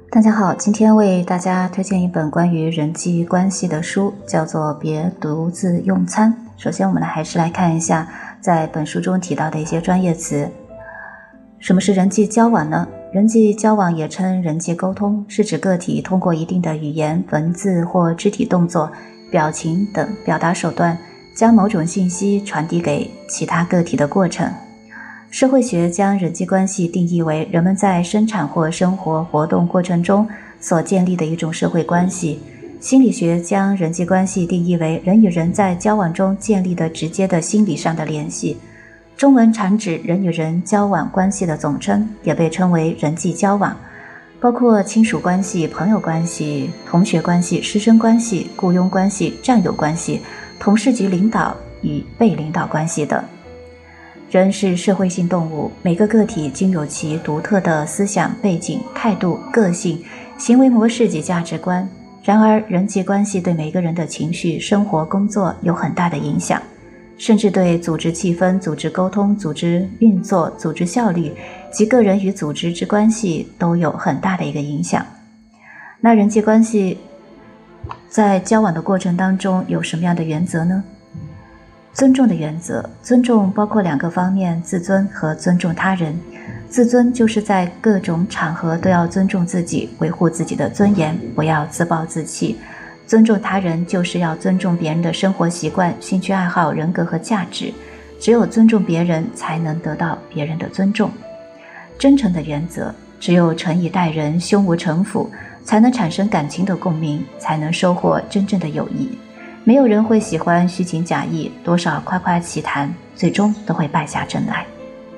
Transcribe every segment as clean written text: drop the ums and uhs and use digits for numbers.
大家好，今天为大家推荐一本关于人际关系的书，叫做《别独自用餐》。首先我们还是来看一下在本书中提到的一些专业词。什么是人际交往呢？人际交往也称人际沟通，是指个体通过一定的语言、文字或肢体动作、表情等表达手段，将某种信息传递给其他个体的过程。社会学将人际关系定义为人们在生产或生活活动过程中所建立的一种社会关系。心理学将人际关系定义为人与人在交往中建立的直接的心理上的联系。中文常指人与人交往关系的总称，也被称为人际交往，包括亲属关系、朋友关系、同学关系、师生关系、雇佣关系、战友关系、同事及领导与被领导关系等。人是社会性动物，每个个体均有其独特的思想背景、态度、个性、行为模式及价值观。然而，人际关系对每个人的情绪、生活、工作有很大的影响，甚至对组织气氛、组织沟通、组织运作、组织效率及个人与组织之关系都有很大的一个影响。那人际关系在交往的过程当中有什么样的原则呢？尊重的原则，尊重包括两个方面，自尊和尊重他人。自尊就是在各种场合都要尊重自己，维护自己的尊严，不要自暴自弃。尊重他人就是要尊重别人的生活习惯、兴趣爱好、人格和价值。只有尊重别人，才能得到别人的尊重。真诚的原则，只有诚以待人，胸无城府，才能产生感情的共鸣，才能收获真正的友谊。没有人会喜欢虚情假意，多少夸夸其谈，最终都会败下阵来。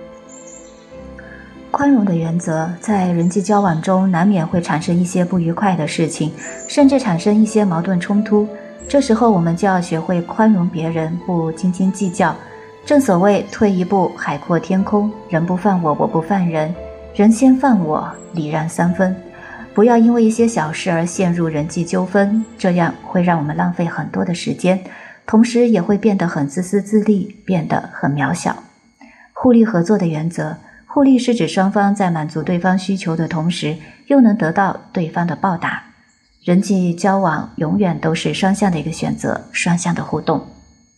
宽容的原则，在人际交往中难免会产生一些不愉快的事情，甚至产生一些矛盾冲突。这时候我们就要学会宽容别人，不斤斤计较。正所谓退一步海阔天空，人不犯我，我不犯人，人先犯我，理让三分。不要因为一些小事而陷入人际纠纷，这样会让我们浪费很多的时间，同时也会变得很自私自利，变得很渺小。互利合作的原则，互利是指双方在满足对方需求的同时，又能得到对方的报答。人际交往永远都是双向的一个选择，双向的互动。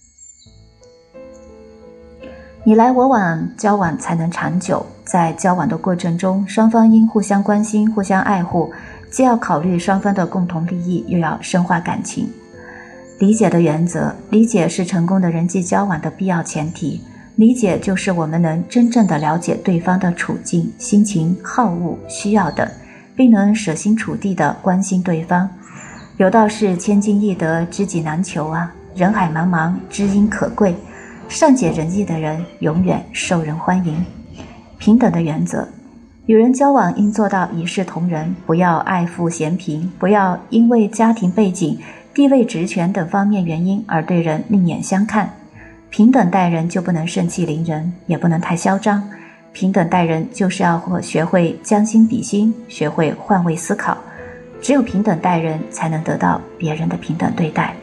你来我往，交往才能长久。在交往的过程中，双方应互相关心、互相爱护，既要考虑双方的共同利益，又要深化感情。理解的原则，理解是成功的人际交往的必要前提。理解就是我们能真正的了解对方的处境、心情、好恶、需要等，并能舍心处地的关心对方。有道是千金易得，知己难求啊，人海茫茫，知音可贵。善解人意的人永远受人欢迎。平等的原则，与人交往应做到一视同仁，不要爱富嫌贫，不要因为家庭背景、地位职权等方面原因而对人另眼相看。平等待人就不能盛气凌人，也不能太嚣张。平等待人就是要学会将心比心，学会换位思考。只有平等待人，才能得到别人的平等对待。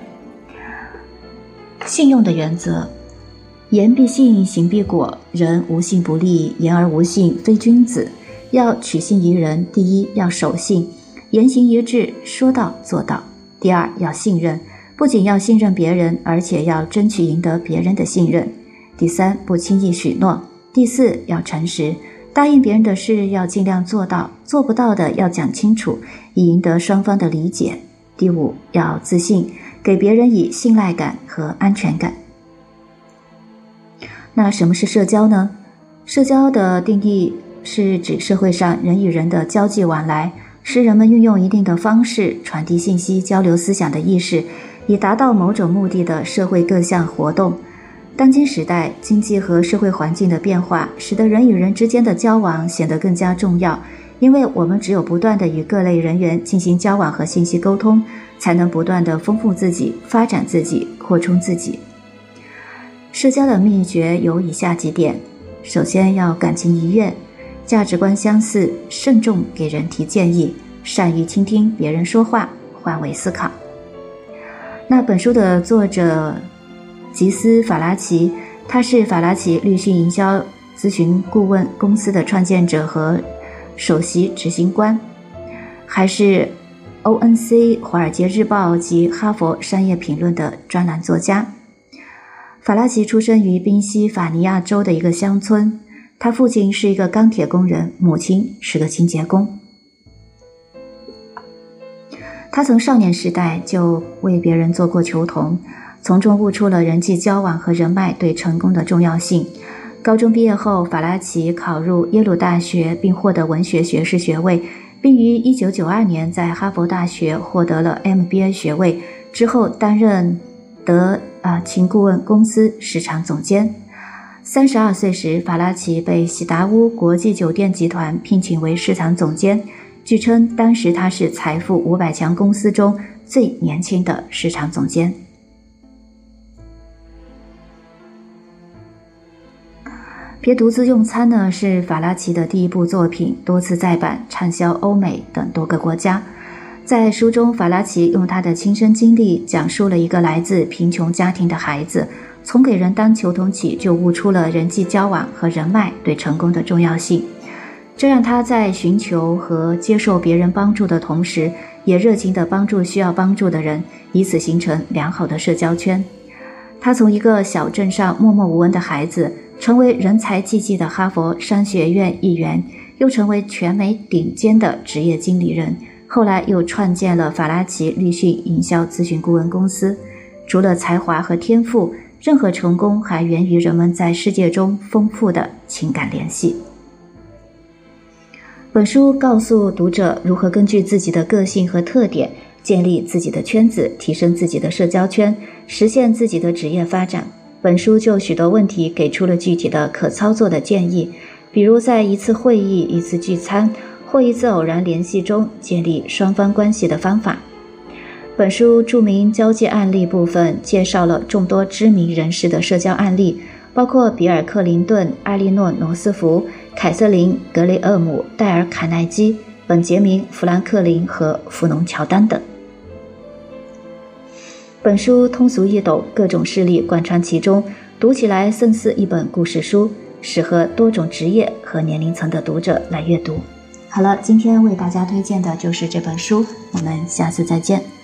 信用的原则，言必信，行必果，人无信不立，言而无信，非君子。要取信于人，第一要守信，言行一致，说到做到。第二要信任，不仅要信任别人，而且要争取赢得别人的信任。第三不轻易许诺。第四要诚实，答应别人的事要尽量做到，做不到的要讲清楚，以赢得双方的理解。第五要自信，给别人以信赖感和安全感。那什么是社交呢？社交的定义是指社会上人与人的交际往来，是人们运用一定的方式传递信息、交流思想的意识，以达到某种目的的社会各项活动。当今时代，经济和社会环境的变化，使得人与人之间的交往显得更加重要，因为我们只有不断地与各类人员进行交往和信息沟通，才能不断地丰富自己、发展自己、扩充自己。社交的秘诀有以下几点：首先要感情愉悦，价值观相似，慎重给人提建议，善于倾听别人说话，换位思考。那本书的作者吉斯·法拉奇，他是法拉奇律讯营销咨询顾问公司的创建者和首席执行官。 还是 ONC、华尔街日报及哈佛商业评论的专栏作家。法拉奇出生于宾夕法尼亚州的一个乡村，他父亲是一个钢铁工人，母亲是个清洁工。他从少年时代就为别人做过球童，从中悟出了人际交往和人脉对成功的重要性。高中毕业后，法拉奇考入耶鲁大学并获得文学学士学位，并于1992年在哈佛大学获得了 MBA 学位，之后担任德勤顾问公司市场总监。32岁时，法拉奇被喜达屋国际酒店集团聘请为市场总监，据称当时他是财富500强公司中最年轻的市场总监。别独自用餐呢，是法拉奇的第一部作品，多次再版，畅销欧美等多个国家。在书中，法拉奇用他的亲身经历讲述了一个来自贫穷家庭的孩子从给人当球童起就悟出了人际交往和人脉对成功的重要性，这让他在寻求和接受别人帮助的同时，也热情地帮助需要帮助的人，以此形成良好的社交圈。他从一个小镇上默默无闻的孩子，成为人才济济的哈佛商学院议员，又成为全美顶尖的职业经理人，后来又创建了法拉奇律讯营销咨询顾问公司。除了才华和天赋，任何成功还源于人们在世界中丰富的情感联系。本书告诉读者如何根据自己的个性和特点建立自己的圈子，提升自己的社交圈，实现自己的职业发展。本书就许多问题给出了具体的可操作的建议，比如在一次会议、一次聚餐或一次偶然联系中建立双方关系的方法。本书著名交际案例部分介绍了众多知名人士的社交案例，包括比尔·克林顿、艾莉诺·罗斯福、凯瑟琳·格雷厄姆、戴尔·卡耐基、本杰明·富兰克林和弗农·乔丹等。本书通俗易懂，各种事例贯穿其中，读起来胜似一本故事书，适合多种职业和年龄层的读者来阅读。好了，今天为大家推荐的就是这本书，我们下次再见。